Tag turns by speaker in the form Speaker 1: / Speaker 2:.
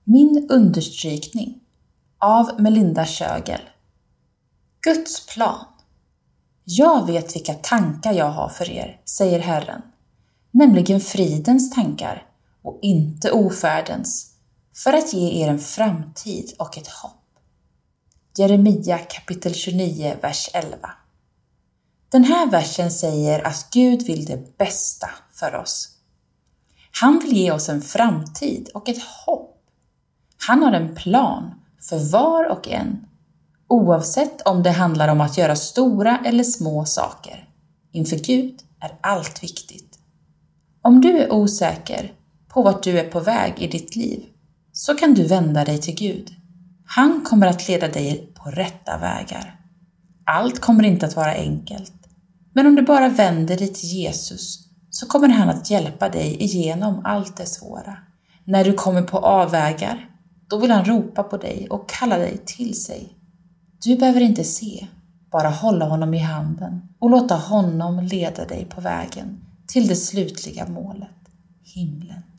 Speaker 1: Min understrykning av Melinda Schögel. Guds plan. Jag vet vilka tankar jag har för er, säger Herren, nämligen fridens tankar och inte ofärdens, för att ge er en framtid och ett hopp. Jeremia kapitel 29, vers 11. Den här versen säger att Gud vill det bästa för oss. Han vill ge oss en framtid och ett hopp. Han har en plan för var och en, oavsett om det handlar om att göra stora eller små saker. Inför Gud är allt viktigt. Om du är osäker på vart du är på väg i ditt liv, så kan du vända dig till Gud. Han kommer att leda dig på rätta vägar. Allt kommer inte att vara enkelt, men om du bara vänder dig till Jesus, så kommer han att hjälpa dig igenom allt det svåra. När du kommer på avvägar, då vill han ropa på dig och kalla dig till sig. Du behöver inte se, bara hålla honom i handen och låta honom leda dig på vägen till det slutliga målet, himlen.